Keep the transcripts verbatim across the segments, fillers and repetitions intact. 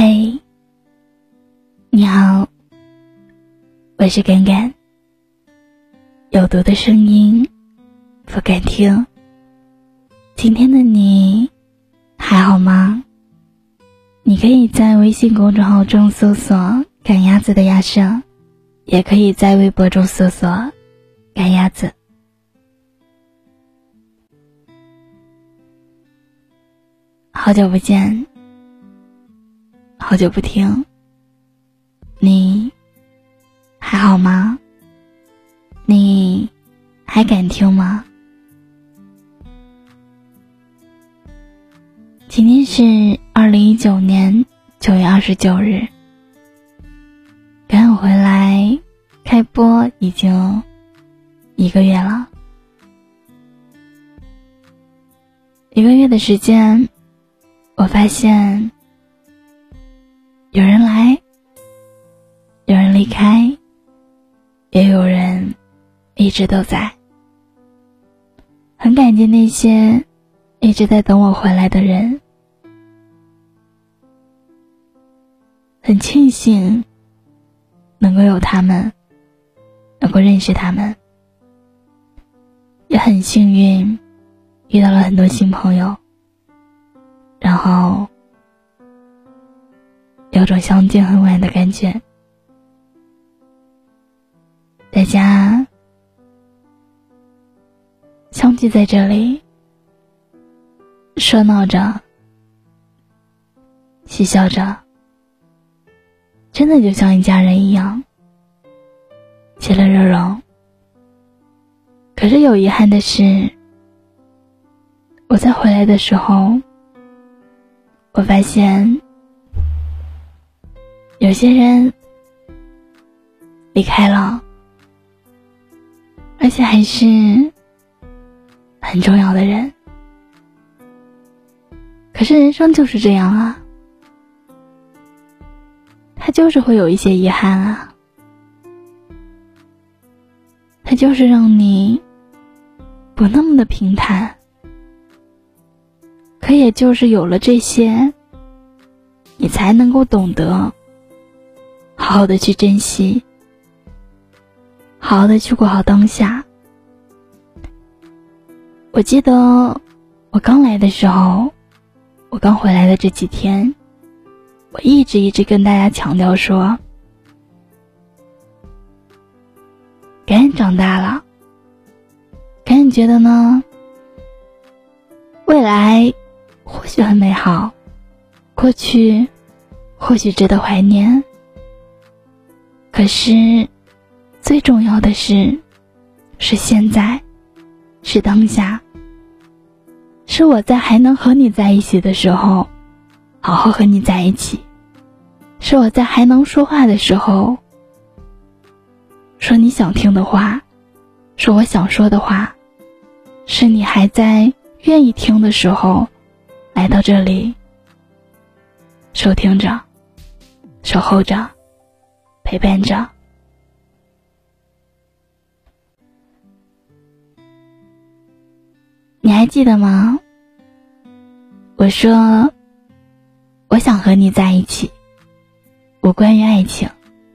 嘿，你好，我是敢敢，有毒的声音不敢听。今天的你还好吗？你可以在微信公众号中搜索赶鸭子的鸭声，也可以在微博中搜索赶鸭子。好久不见，好久不听，你还好吗？你还敢听吗？今天是二零一九年九月二十九日，赶我回来开播已经一个月了。一个月的时间，我发现有人来，有人离开，也有人一直都在。很感激那些一直在等我回来的人，很庆幸能够有他们，能够认识他们，也很幸运遇到了很多新朋友，然后有种相见恨晚的感觉。大家相聚在这里，热闹着，嬉笑着，真的就像一家人一样，其乐融融。可是有遗憾的是，我在回来的时候，我发现有些人离开了，而且还是很重要的人。可是人生就是这样啊，它就是会有一些遗憾啊，它就是让你不那么的平坦。可也就是有了这些，你才能够懂得好好的去珍惜，好好的去过好当下。我记得我刚来的时候，我刚回来的这几天，我一直一直跟大家强调说，赶紧长大了，赶紧觉得呢，未来或许很美好，过去或许值得怀念，可是最重要的是是现在，是当下，是我在还能和你在一起的时候好好和你在一起，是我在还能说话的时候说你想听的话，说我想说的话，是你还在愿意听的时候来到这里收听着，守候着，陪伴着。你还记得吗？我说我想和你在一起，无关于爱情，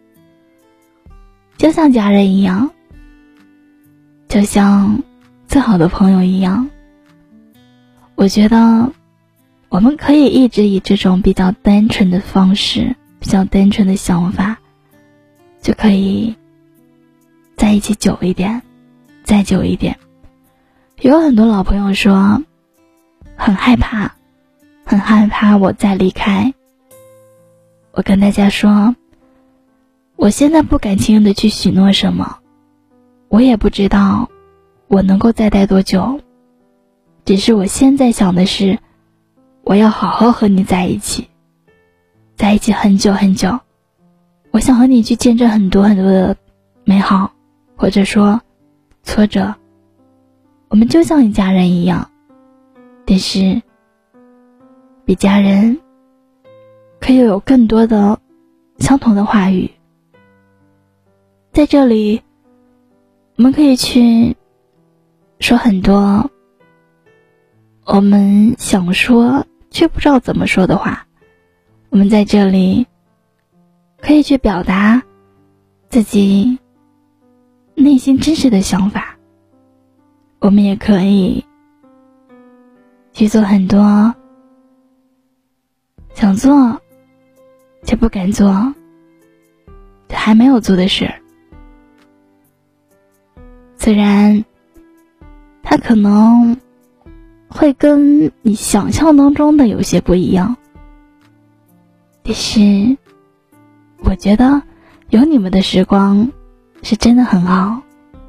就像家人一样，就像最好的朋友一样。我觉得我们可以一直以这种比较单纯的方式，比较单纯的想法，就可以在一起久一点，再久一点。有很多老朋友说很害怕，很害怕我再离开。我跟大家说，我现在不敢轻易的去许诺什么，我也不知道我能够再待多久，只是我现在想的是，我要好好和你在一起，在一起很久很久。我想和你去见证很多很多的美好，或者说挫折。我们就像一家人一样，但是比家人可以有更多的相同的话语。在这里我们可以去说很多我们想说却不知道怎么说的话， 我们在这里可以去表达自己内心真实的想法，我们也可以去做很多想做却不敢做却还没有做的事。虽然它可能会跟你想象当中的有些不一样，但是我觉得有你们的时光是真的很好。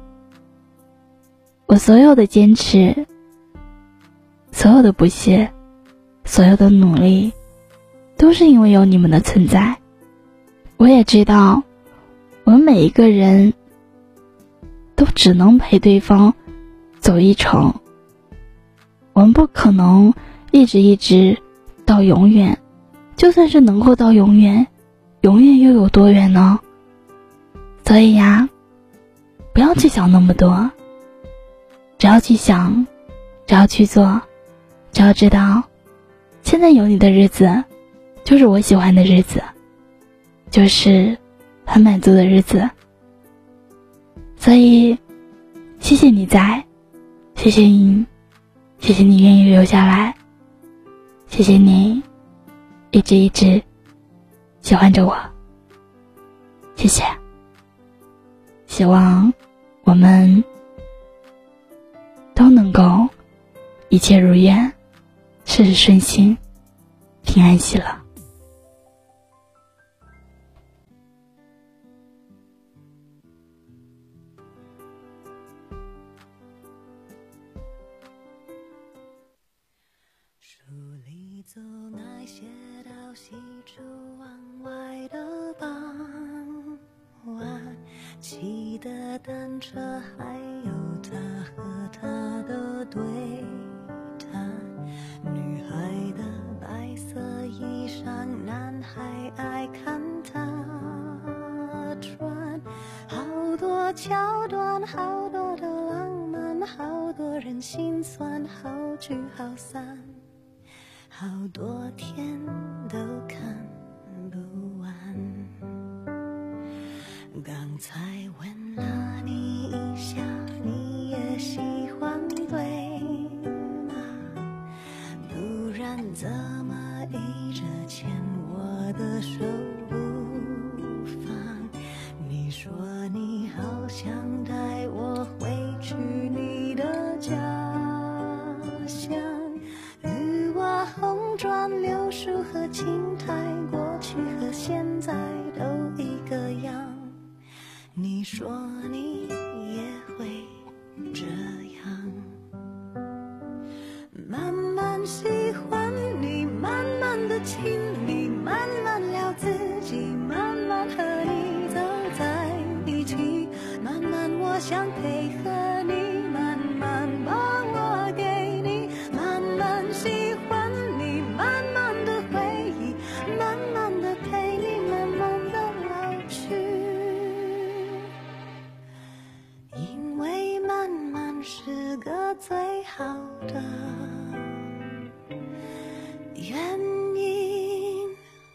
我所有的坚持，所有的不懈，所有的努力，都是因为有你们的存在。我也知道我们每一个人都只能陪对方走一程，我们不可能一直一直到永远，就算是能够到永远，永远又有多远呢？所以呀，不要去想那么多，只要去想，只要去做，只要知道现在有你的日子就是我喜欢的日子，就是很满足的日子。所以谢谢你在，谢谢你，谢谢你愿意留下来，谢谢你一直一直喜欢着我，谢谢。希望我们都能够一切如愿，事事顺心，平安喜乐。 书里走那些到西出望外的傍晚，骑的单车，还有他和她的对谈。女孩的白色衣裳，男孩爱看她穿。好多桥段，好多的浪漫，好多人心酸，好聚好散，好多天都看不完。刚才问了你一下，你也喜欢对吗？不然怎么一直牵我的手不放？你说你好想带我回去你的家乡，绿瓦红砖柳树和青苔，过去和现在都一个样。你说你也会这样，慢慢喜欢你，慢慢的亲密，慢慢聊自己，慢慢和你走在一起，慢慢我想配合你，慢慢把我给你，慢慢喜欢你，慢慢的回忆，慢慢的陪你，慢慢的老去。因为慢慢是个最好的原因。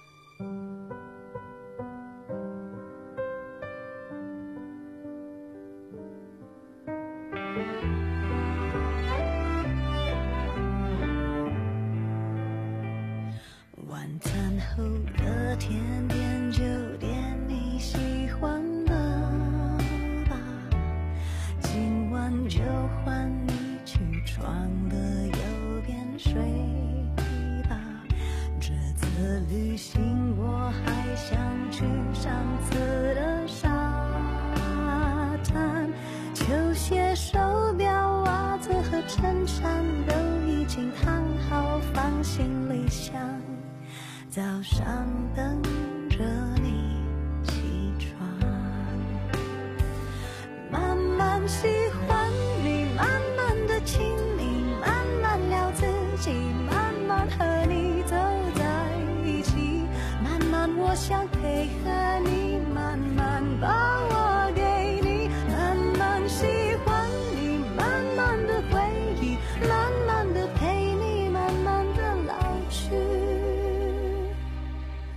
晚餐后的甜点就点你喜欢的吧，今晚就换你去床的右边睡吧。这次旅行我还想去上次的沙滩，球鞋、手表、袜子和衬衫都已经烫好放行李箱，早上等着你起床。慢慢喜欢你，慢慢的亲密，慢慢聊自己，慢慢和你走在一起，慢慢我想配合你，慢慢把我给你，慢慢喜欢你，慢慢的回忆，慢慢的陪你，慢慢的老去。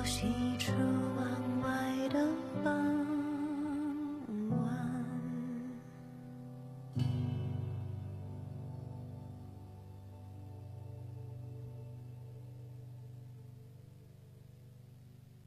息处。